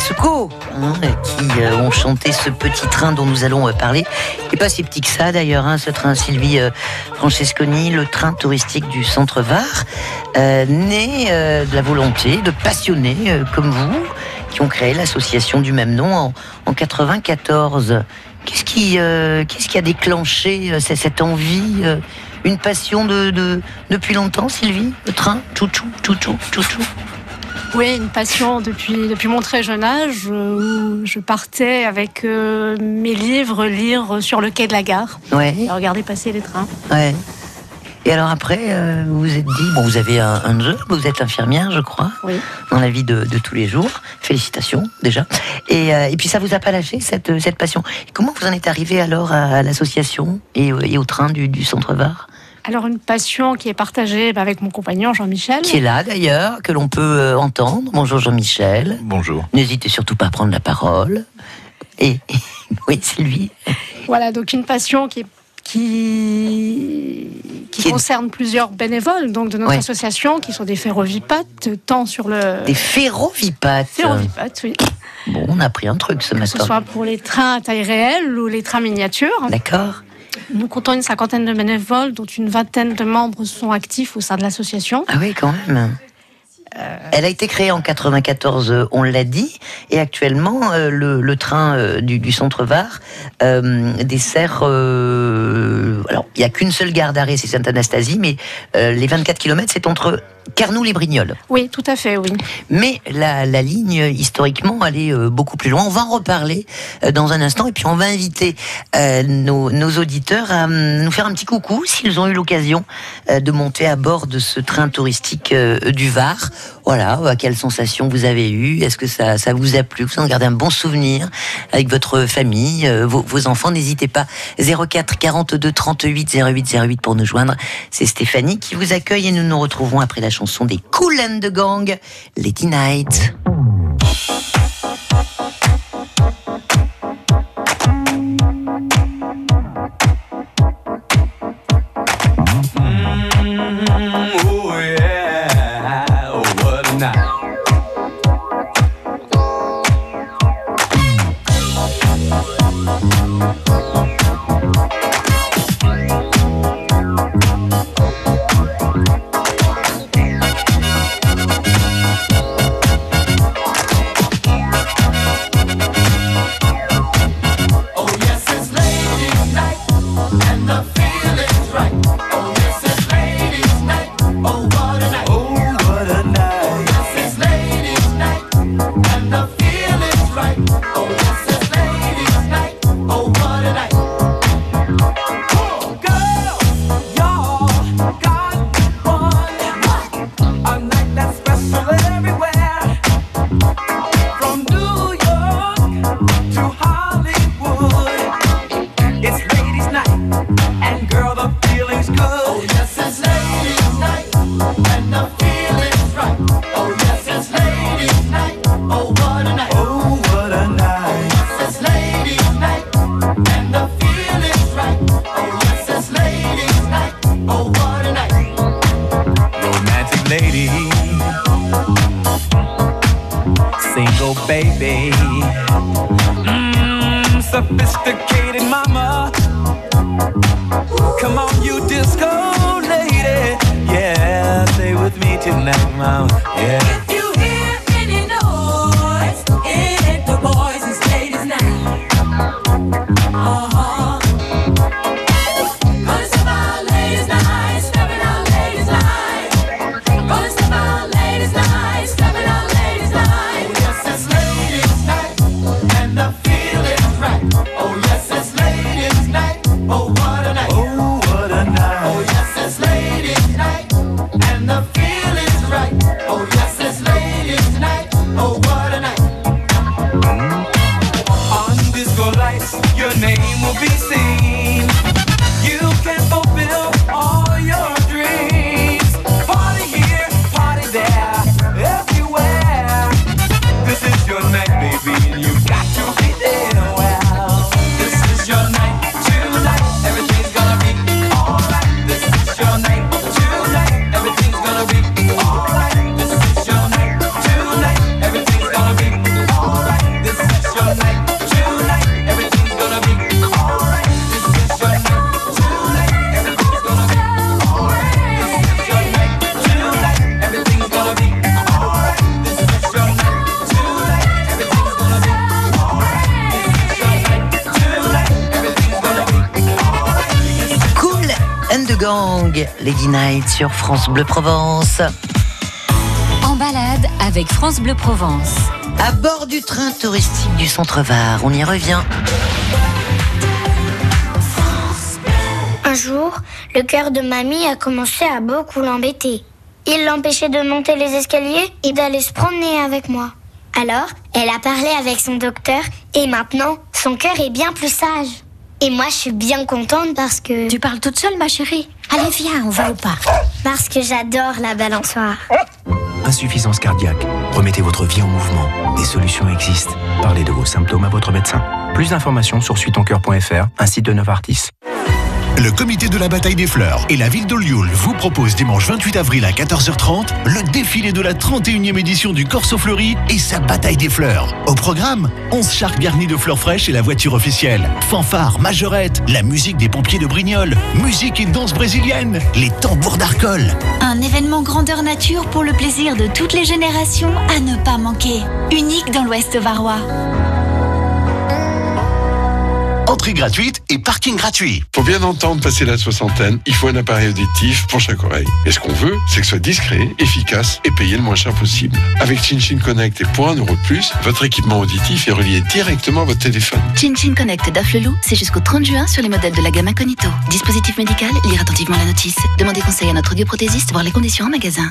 Tesco, qui ont chanté ce petit train dont nous allons parler. Et pas si petit que ça d'ailleurs, ce train Sylvie Francesconi, le train touristique du Centre Var, né de la volonté de passionnés comme vous, qui ont créé l'association du même nom en 94. Qu'est-ce qui a déclenché cette envie, une passion depuis longtemps, Sylvie? Le train, tout. Oui, une passion depuis mon très jeune âge, où je partais avec mes livres lire sur le quai de la gare, et regarder passer les trains. Ouais. Et alors après, vous vous êtes dit, vous avez un job, vous êtes infirmière, je crois, dans la vie de tous les jours. Félicitations, déjà. Et puis ça vous a pas lâché, cette passion. Et comment vous en êtes arrivé alors à l'association et au train du Centre Var? Alors une passion qui est partagée avec mon compagnon Jean-Michel. Qui est là d'ailleurs, que l'on peut entendre. Bonjour Jean-Michel. Bonjour. N'hésitez surtout pas à prendre la parole. Et oui, Sylvie. Voilà, donc une passion qui concerne plusieurs bénévoles donc de notre association, qui sont des ferrovipates, tant sur le... Des ferrovipates. Ferrovipates, oui. Bon, on a appris un truc ce matin. Que ce soit pour les trains à taille réelle ou les trains miniatures. D'accord. Nous comptons une 50aine de bénévoles, dont une 20aine de membres sont actifs au sein de l'association. Ah oui, quand même. Elle a été créée en 94, on l'a dit, et actuellement, le train du Centre Var dessert... alors, il n'y a qu'une seule gare d'arrêt, c'est Sainte-Anastasie, mais les 24 km, c'est entre Carnoul-les-Brignoles. Oui, tout à fait, oui. Mais la ligne, historiquement, elle est beaucoup plus loin. On va en reparler dans un instant, et puis on va inviter nos auditeurs à nous faire un petit coucou, s'ils ont eu l'occasion de monter à bord de ce train touristique du Var. Voilà, quelle sensation vous avez eue? Est-ce que ça vous a plu? Vous en gardez un bon souvenir avec votre famille, vos enfants? N'hésitez pas. 04 42 38 08 08 pour nous joindre. C'est Stéphanie qui vous accueille et nous nous retrouvons après la chanson des Kool and the Gang, Lady Night. Sophisticated mama, come on you disco lady, yeah, stay with me tonight, mama, yeah. If you hear any noise, it ain't the boys, it's ladies night. Gonna step out ladies night, stepping out ladies night. Gonna step out ladies night, stepping out ladies night. Oh yes, it's ladies night, and the feeling's right. Oh yes, it's ladies night, oh what a night. Oh what a night. Oh yes, it's ladies night, and the feeling's right. Oh yes, it's de Gang, Lady Night sur France Bleu Provence. En balade avec France Bleu Provence. À bord du train touristique du Centre-Var, on y revient. Un jour, le cœur de mamie a commencé à beaucoup l'embêter. Il l'empêchait de monter les escaliers et d'aller se promener avec moi. Alors, elle a parlé avec son docteur et maintenant, son cœur est bien plus sage. Et moi, je suis bien contente parce que... Tu parles toute seule, ma chérie? Allez, viens, on va au parc. Parce que j'adore la balançoire. Insuffisance cardiaque. Remettez votre vie en mouvement. Des solutions existent. Parlez de vos symptômes à votre médecin. Plus d'informations sur suitoncoeur.fr, un site de Novartis. Le comité de la bataille des fleurs et la ville de Lioul vous propose dimanche 28 avril à 14h30 le défilé de la 31e édition du Corso Fleuri et sa bataille des fleurs. Au programme, 11 chars garnis de fleurs fraîches et la voiture officielle. Fanfare, majorette, la musique des pompiers de Brignoles, musique et danse brésilienne, les tambours d'Arcole. Un événement grandeur nature pour le plaisir de toutes les générations à ne pas manquer. Unique dans l'Ouest varois. Entrée gratuite et parking gratuit. Pour bien entendre passer la soixantaine, il faut un appareil auditif pour chaque oreille. Et ce qu'on veut, c'est que ce soit discret, efficace et payé le moins cher possible. Avec ChinChin Connect et pour 1€ de plus, votre équipement auditif est relié directement à votre téléphone. ChinChin Connect d'Afflelou, c'est jusqu'au 30 juin sur les modèles de la gamme Incognito. Dispositif médical, lire attentivement la notice. Demandez conseil à notre audioprothésiste, voir les conditions en magasin.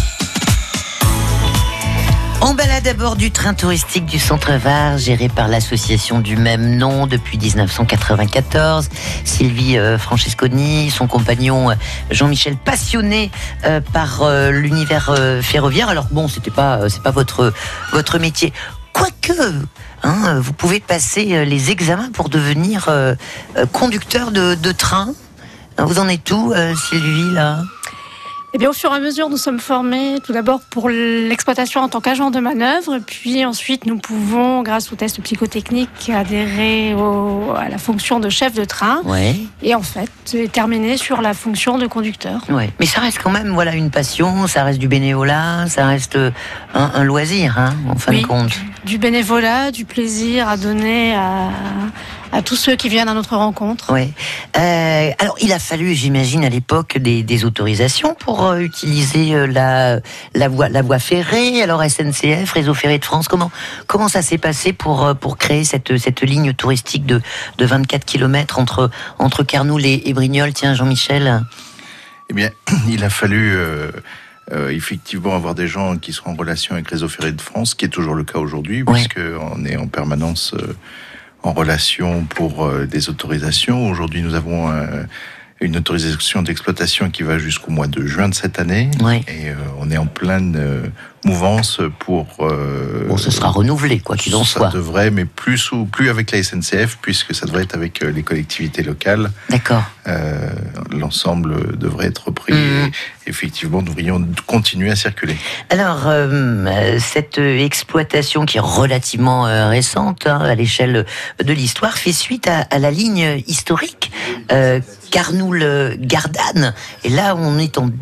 On balade à bord du train touristique du Centre-Var, géré par l'association du même nom depuis 1994. Sylvie Francesconi, son compagnon Jean-Michel, passionné par l'univers ferroviaire. Alors bon, c'est pas votre métier. Quoique, vous pouvez passer les examens pour devenir conducteur de train. Vous en êtes où, Sylvie, là ? Eh bien, au fur et à mesure, nous sommes formés tout d'abord pour l'exploitation en tant qu'agent de manœuvre, puis ensuite nous pouvons, grâce aux tests psychotechniques, adhérer à la fonction de chef de train, et en fait terminer sur la fonction de conducteur. Ouais. Mais ça reste quand même une passion, ça reste du bénévolat, ça reste un loisir, en fin de compte. Du bénévolat, du plaisir à donner à tous ceux qui viennent à notre rencontre. Oui. Alors, il a fallu, j'imagine, à l'époque, des autorisations pour utiliser la voie ferrée. Alors, SNCF, Réseau Ferré de France, comment ça s'est passé pour créer cette ligne touristique de 24 km entre Carnoul et Brignoles? Tiens, Jean-Michel. Eh bien, il a fallu... effectivement avoir des gens qui sont en relation avec Réseau Ferré de France, qui est toujours le cas aujourd'hui, puisqu'on est en permanence en relation pour des autorisations. Aujourd'hui, nous avons une autorisation d'exploitation qui va jusqu'au mois de juin de cette année. Et on est en pleine mouvance pour... ce sera renouvelé, quoi qu'il en soit. Ça devrait, mais plus avec la SNCF, puisque ça devrait être avec les collectivités locales. D'accord. L'ensemble devrait être repris. Et effectivement, nous devrions continuer à circuler. Alors, cette exploitation qui est relativement récente à l'échelle de l'histoire fait suite à la ligne historique Carnoul-Gardanne. Et là, on est en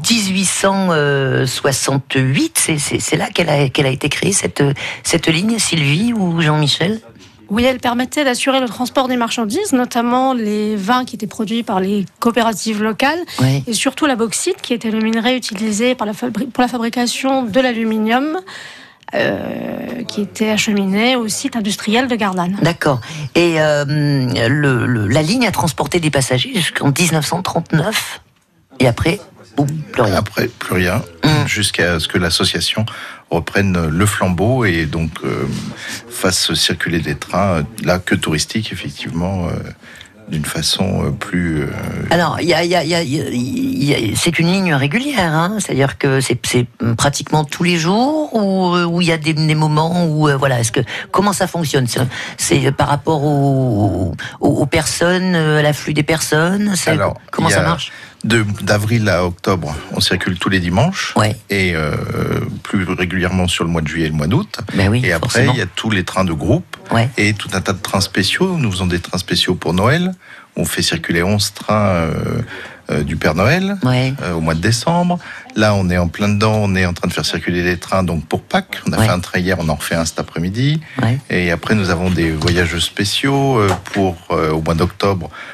1868. C'est là qu'elle a été créée, cette ligne, Sylvie ou Jean-Michel ? Oui, elle permettait d'assurer le transport des marchandises, notamment les vins qui étaient produits par les coopératives locales, et surtout la bauxite, qui était le minerai utilisé pour la fabrication de l'aluminium, qui était acheminé au site industriel de Gardanne. D'accord. Et la ligne a transporté des passagers jusqu'en 1939, et après... plus rien. Après, plus rien, jusqu'à ce que l'association reprenne le flambeau et donc fasse circuler des trains, là que touristiques, effectivement, d'une façon plus... Alors, c'est une ligne régulière, c'est-à-dire que c'est pratiquement tous les jours, ou il y a des moments où, comment ça fonctionne ? C'est par rapport aux personnes, à l'afflux des personnes ? Comment ça marche ? D'avril à octobre, on circule tous les dimanches, et plus régulièrement sur le mois de juillet et le mois d'août. Et après, il y a tous les trains de groupe, et tout un tas de trains spéciaux. Nous faisons des trains spéciaux pour Noël. On fait circuler 11 trains du Père Noël au mois de décembre. Là, on est en plein dedans, on est en train de faire circuler les trains donc pour Pâques. On a fait un train hier, on en refait un cet après-midi. Et après, nous avons des voyages spéciaux pour au mois d'octobre.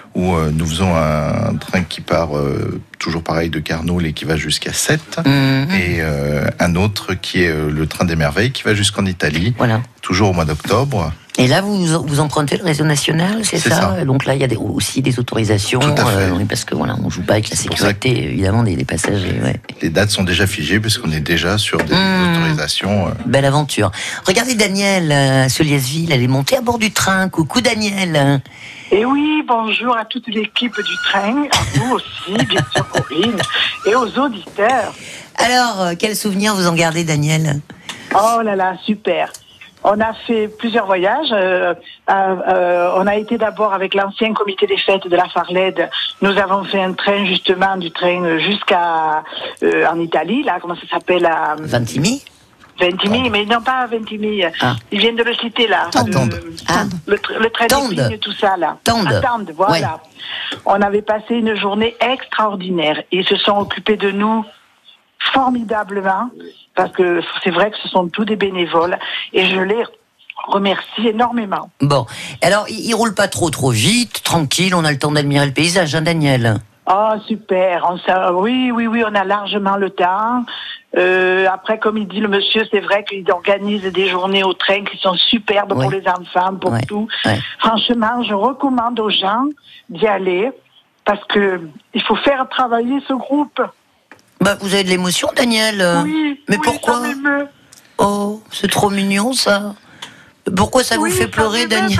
où nous faisons un train qui part toujours pareil de Carnot et qui va jusqu'à Sète, et un autre qui est le train des merveilles qui va jusqu'en Italie, toujours au mois d'octobre. Et là, vous empruntez le réseau national, c'est ça. Donc là, il y a aussi des autorisations. Tout à fait. Parce que voilà, on joue pas avec la sécurité, évidemment, des passagers. Ouais. Les dates sont déjà figées, parce qu'on est déjà sur des autorisations. Belle aventure. Regardez Daniel, à Soliasville, elle est montée à bord du train. Coucou Daniel. Et oui, bonjour à toute l'équipe du train, à vous aussi, bien sûr Corinne, et aux auditeurs. Alors, quel souvenir vous en gardez, Daniel? Oh là là, super. On a fait plusieurs voyages. On a été d'abord avec l'ancien comité des fêtes de la Farlède. Nous avons fait un train, justement, du train jusqu'à en Italie, là, comment ça s'appelle Ventimille. Ventimille, mais non pas Ventimille. Ils viennent de le citer, là. Tende. Le train des vignes, tout ça, là. Tende, voilà. Ouais. On avait passé une journée extraordinaire. Ils se sont occupés de nous formidablement, parce que c'est vrai que ce sont tous des bénévoles, et je les remercie énormément. Bon, alors il roule pas trop vite, tranquille, on a le temps d'admirer le paysage, hein, Daniel? Oh, super, oui, on a largement le temps. Après, comme il dit le monsieur, c'est vrai qu'il organise des journées au train qui sont superbes pour les enfants, pour tout. Ouais. Franchement, je recommande aux gens d'y aller, parce que il faut faire travailler ce groupe. Bah, vous avez de l'émotion, Daniel. Oui. Mais pourquoi? Ça m'émeut. Oh, c'est trop mignon, ça. Pourquoi ça vous fait pleurer, Daniel?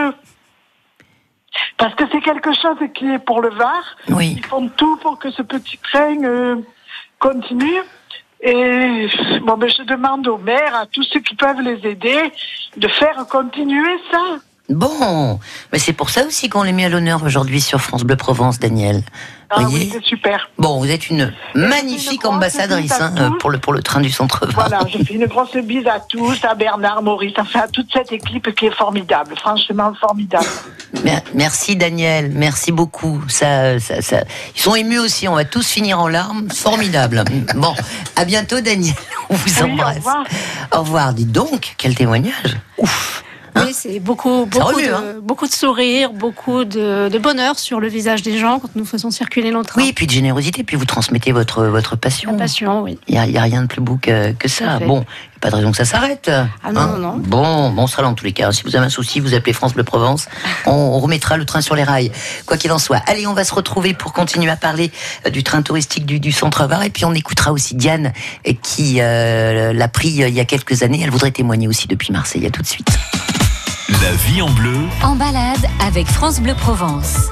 Parce que c'est quelque chose qui est pour le Var. Oui. Ils font tout pour que ce petit train continue. Et bon, je demande au maire, à tous ceux qui peuvent les aider, de faire continuer ça. Bon, mais c'est pour ça aussi qu'on les met à l'honneur aujourd'hui sur France Bleu Provence, Daniel. Voyez, oui, c'est super. Bon, vous êtes une magnifique ambassadrice pour le train du Centre-Var. Voilà, je fais une grosse bise à tous, à Bernard, Maurice, enfin à toute cette équipe qui est formidable, franchement formidable. Merci Daniel, merci beaucoup. Ça, ils sont émus aussi, on va tous finir en larmes, formidable. Bon, à bientôt Daniel, on vous embrasse. Au revoir. Au revoir, dites donc, quel témoignage. Ouf. Oui, c'est beaucoup de sourires, beaucoup de bonheur sur le visage des gens quand nous faisons circuler nos trains. Oui, et puis de générosité, puis vous transmettez votre passion. La passion, oui. Il y a rien de plus beau que ça. Bon, il n'y a pas de raison que ça s'arrête. Ah non, non. Bon, on sera là en tous les cas. Si vous avez un souci, vous appelez France Bleu Provence. On remettra le train sur les rails, quoi qu'il en soit. Allez, on va se retrouver pour continuer à parler du train touristique du Centre-Var. Et puis on écoutera aussi Diane qui l'a pris il y a quelques années. Elle voudrait témoigner aussi depuis Marseille. À tout de suite. La vie en bleu. En balade avec France Bleu Provence.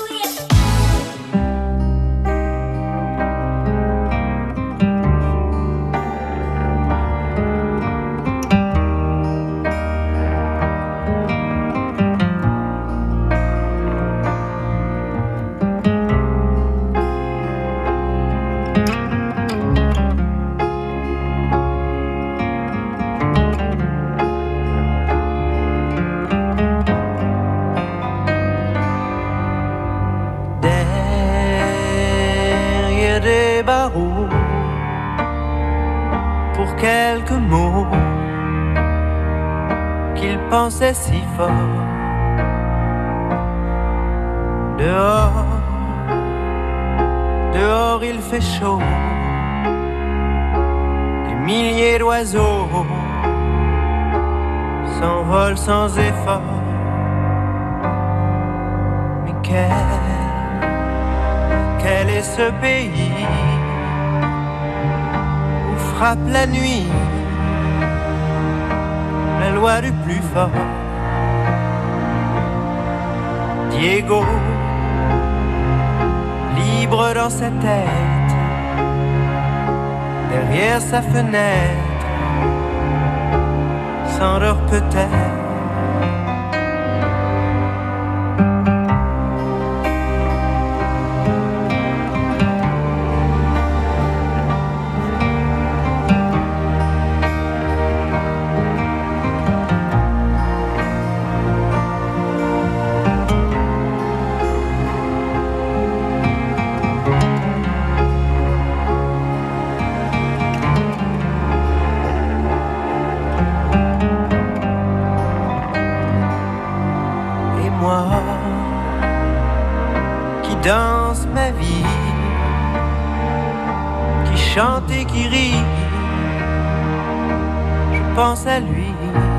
C'est si fort. Dehors il fait chaud. Des milliers d'oiseaux s'envolent sans effort. Mais quel est ce pays où frappe la nuit la loi du plus fort? Diego, libre dans sa tête, derrière sa fenêtre, s'endort peut-être. chante et qui rit, je pense à lui.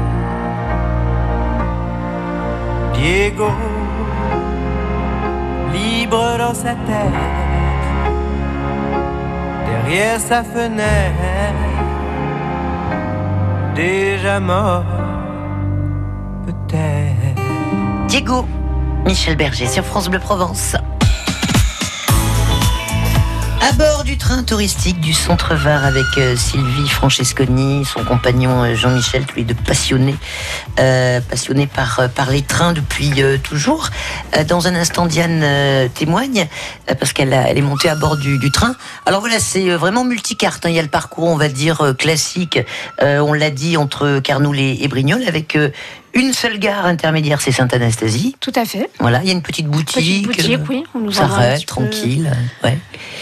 Diego, libre dans sa tête, derrière sa fenêtre, déjà mort, peut-être. Diego, Michel Berger sur France Bleu Provence. À bord du train touristique du Centre-Var avec Sylvie Francesconi, son compagnon Jean-Michel, tous les deux passionnés par les trains depuis toujours. Dans un instant, Diane témoigne parce qu'elle est montée à bord du train. Alors voilà, c'est vraiment multicarte. Il y a le parcours, on va dire, classique, on l'a dit, entre Carnoules et Brignoles, avec une seule gare intermédiaire, c'est Sainte-Anastasie. Tout à fait. Voilà, il y a une petite boutique. Oui, on nous s'arrête tranquille. Ouais.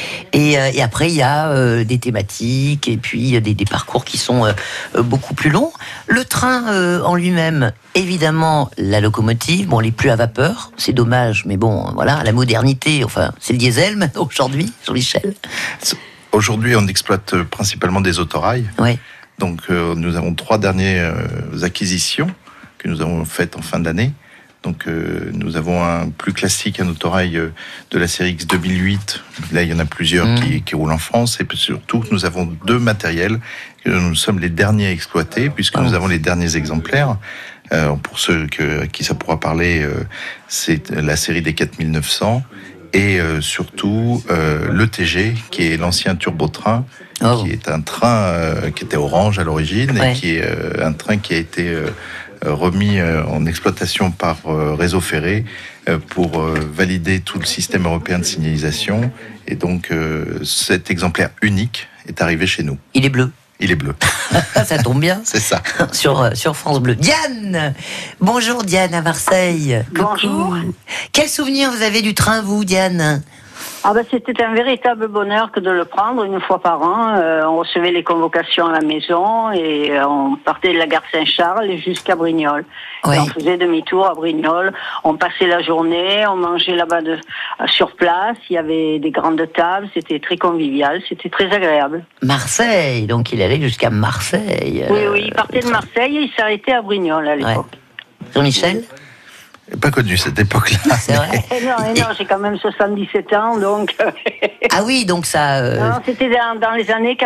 Et après, il y a des thématiques et puis des parcours qui sont beaucoup plus longs. Le train en lui-même, évidemment, la locomotive, bon, elle est plus à vapeur, c'est dommage, mais bon, voilà, la modernité, enfin, c'est le diesel maintenant, aujourd'hui, Jean-Michel. Aujourd'hui, on exploite principalement des autorails. Oui. Donc, nous avons 3 dernières acquisitions que nous avons faites en fin d'année. Donc, nous avons un plus classique, un autorail de la série X 2008. Là, il y en a plusieurs qui roulent en France. Et surtout, nous avons 2 matériels. Nous sommes les derniers à exploiter, puisque nous avons les derniers exemplaires. Pour ceux à qui ça pourra parler, c'est la série des 4900. Et surtout, l'ETG, qui est l'ancien turbotrain, qui est un train qui était orange à l'origine, et qui est un train qui a été remis en exploitation par Réseau Ferré pour valider tout le système européen de signalisation. Et donc, cet exemplaire unique est arrivé chez nous. Il est bleu. Il est bleu. Ça tombe bien. C'est ça. Sur France Bleu. Diane! Bonjour Diane à Marseille. Bonjour. Coucou. Quel souvenir vous avez du train, vous, Diane? C'était un véritable bonheur que de le prendre une fois par an. On recevait les convocations à la maison et on partait de la gare Saint-Charles jusqu'à Brignoles. Ouais. Et on faisait demi-tour à Brignoles. On passait la journée, on mangeait là-bas sur place. Il y avait des grandes tables, c'était très convivial, c'était très agréable. Marseille, donc il allait jusqu'à Marseille. Oui, il partait de Marseille et il s'arrêtait à Brignoles à l'époque. Ouais. Jean-Michel? J'ai pas connu cette époque-là. C'est vrai. Non, j'ai quand même 77 ans, donc... Ah oui, donc ça... Non, c'était dans les années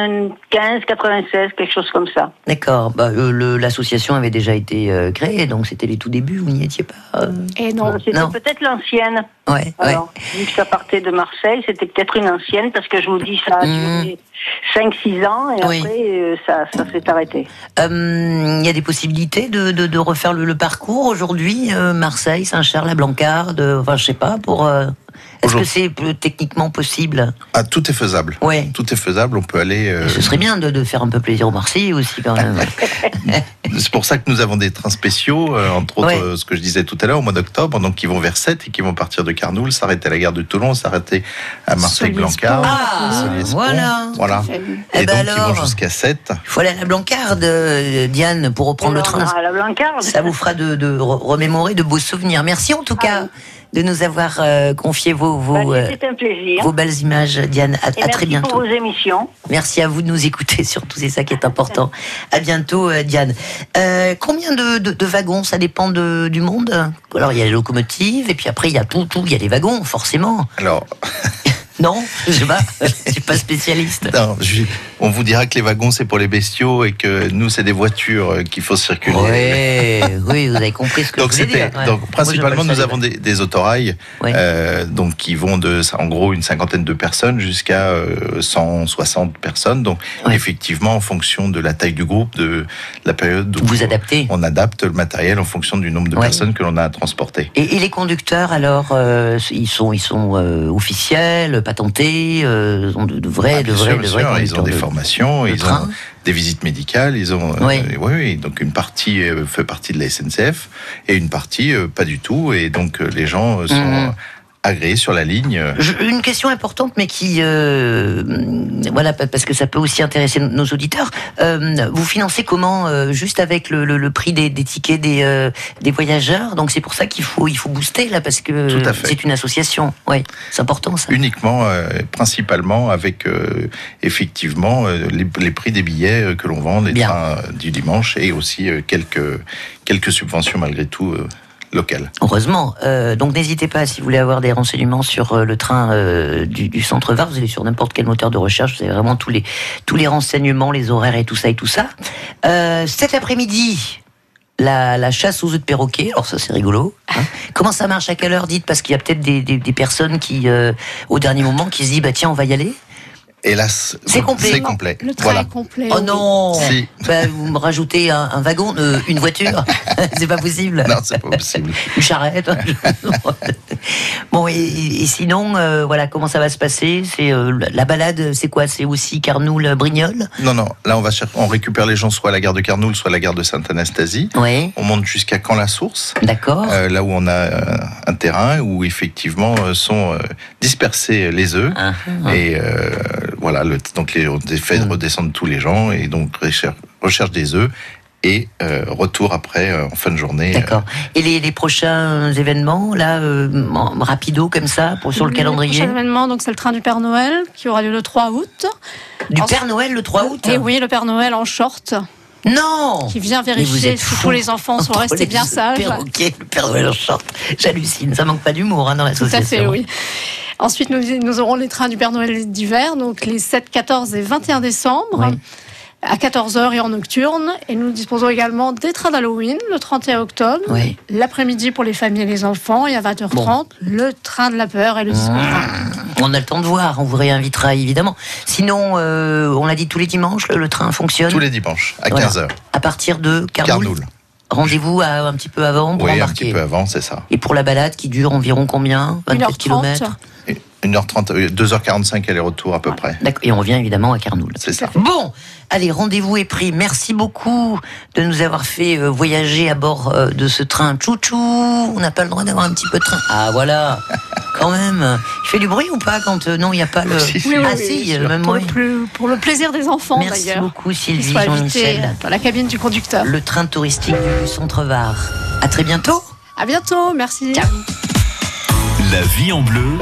95, 96, quelque chose comme ça. D'accord. L'association avait déjà été créée, donc c'était les tout débuts, vous n'y étiez pas Et non, c'était peut-être l'ancienne. Ouais. Alors, vu que ça partait de Marseille, c'était peut-être une ancienne, parce que je vous dis, ça a duré 5-6 ans, et après, ça s'est arrêté. Il y a des possibilités de refaire le parcours aujourd'hui, Marseille, Saint-Charles, la Blancarde, enfin, je sais pas, pour... Est-ce que c'est techniquement possible? Tout est faisable. Ouais. Tout est faisable, on peut aller... Ce serait bien de faire un peu plaisir aux Marseillais aussi, quand même. C'est pour ça que nous avons des trains spéciaux, entre autres, ce que je disais tout à l'heure, au mois d'octobre, donc qui vont vers Sète et qui vont partir de Carnoules, s'arrêter à la gare de Toulon, s'arrêter à Marseille-Blancarde. Voilà. Et donc, ils vont jusqu'à Sète. Il faut aller à la Blancarde, Diane, pour reprendre le train. À la Blancarde. Ça vous fera de remémorer de beaux souvenirs. Merci en tout cas de nous avoir confié c'était un plaisir. Vos belles images, Diane. À très bientôt. Merci pour vos émissions. Merci à vous de nous écouter, surtout, c'est ça qui est important. À bientôt, Diane. Combien de wagons? Ça dépend du monde. Alors, il y a les locomotives, et puis après, il y a tout. Il y a les wagons, forcément. Alors... Non, je sais pas, je suis pas spécialiste. Non, on vous dira que les wagons c'est pour les bestiaux et que nous c'est des voitures qu'il faut circuler. Oui, vous avez compris ce que je voulais dire. Donc principalement nous avons des autorails, donc qui vont en gros une 50aine de personnes jusqu'à 160 personnes. Donc effectivement en fonction de la taille du groupe, de la période où vous adaptez. On adapte le matériel en fonction du nombre de personnes que l'on a à transporter. Et les conducteurs alors, ils sont officiels, patentés, ont de vrais conducteurs. Ils ont des formations, ils ont des visites médicales, ils ont donc une partie fait partie de la SNCF et une partie pas du tout, et donc les gens sont agréés sur la ligne. Une question importante, mais qui, voilà, parce que ça peut aussi intéresser nos auditeurs. Vous financez comment, juste avec le prix des tickets des voyageurs? Donc c'est pour ça qu'il faut booster là, parce que c'est une association. Ouais, c'est important ça. Uniquement, principalement avec effectivement les prix des billets que l'on vend, les trains du dimanche, et aussi quelques subventions malgré tout. Local. Heureusement. Donc n'hésitez pas, si vous voulez avoir des renseignements sur le train du centre Var, vous allez sur n'importe quel moteur de recherche, vous avez vraiment tous les renseignements, les horaires et tout ça. Cet après-midi, la chasse aux œufs de perroquet, alors ça c'est rigolo. Hein. Comment ça marche, à quelle heure, dites, parce qu'il y a peut-être des personnes qui, au dernier moment, qui se disent, bah tiens, on va y aller. Hélas, c'est complet. Le train est complet. Oh non, si. Vous me rajoutez un wagon, une voiture. C'est pas possible. Non, c'est pas possible. Une charrette. Bon, et sinon, voilà, comment ça va se passer? C'est la balade, c'est quoi? C'est aussi Carnoul-Brignoles? Non, là on récupère les gens soit à la gare de Carnoul, soit à la gare de Sainte-Anastasie. Oui. On monte jusqu'à Caen-la-Source. D'accord. Là où on a un terrain où effectivement sont dispersés les œufs. Et voilà, donc on fait redescendre tous les gens, et donc recherche des œufs. Et retour après, en fin de journée. D'accord. Et les prochains événements, là, rapido comme ça, sur le calendrier? Les prochains événements, donc c'est le train du Père Noël, qui aura lieu le 3 août. Père Noël le 3 août? Et oui, le Père Noël en short. Non! Qui vient vérifier si tous les enfants sont restés bien sages. Le Père Noël en short. J'hallucine, ça manque pas d'humour dans l'association. Tout à fait, oui. Ensuite, nous aurons les trains du Père Noël d'hiver, donc les 7, 14 et 21 décembre. Oui. À 14h et en nocturne. Et nous disposons également des trains d'Halloween, le 31 octobre, l'après-midi pour les familles et les enfants, et à 20h30, le train de la peur et le disco. On a le temps de voir, on vous réinvitera évidemment. Sinon, on l'a dit, tous les dimanches, le train fonctionne? Tous les dimanches, à 15h. À partir de Carnoul. Rendez-vous un petit peu avant pour embarquer. Un petit peu avant, c'est ça. Et pour la balade qui dure environ combien? 24 km? 1h30, 2h45 aller-retour à peu près. D'accord. Et on revient évidemment à Carnoul. C'est ça. Bon, allez, rendez-vous est pris. Merci beaucoup de nous avoir fait voyager à bord de ce train. Tchou-tchou, on n'a pas le droit d'avoir un petit peu de train. Ah voilà, quand même. Il fait du bruit ou pas quand non, il n'y a pas le... Oui, même pour le plaisir des enfants, d'ailleurs. Merci beaucoup Sylvie, Jean-Michel. Dans la cabine du conducteur. Le train touristique du Centre Var. À très bientôt. À bientôt, merci. Ciao. La vie en bleu.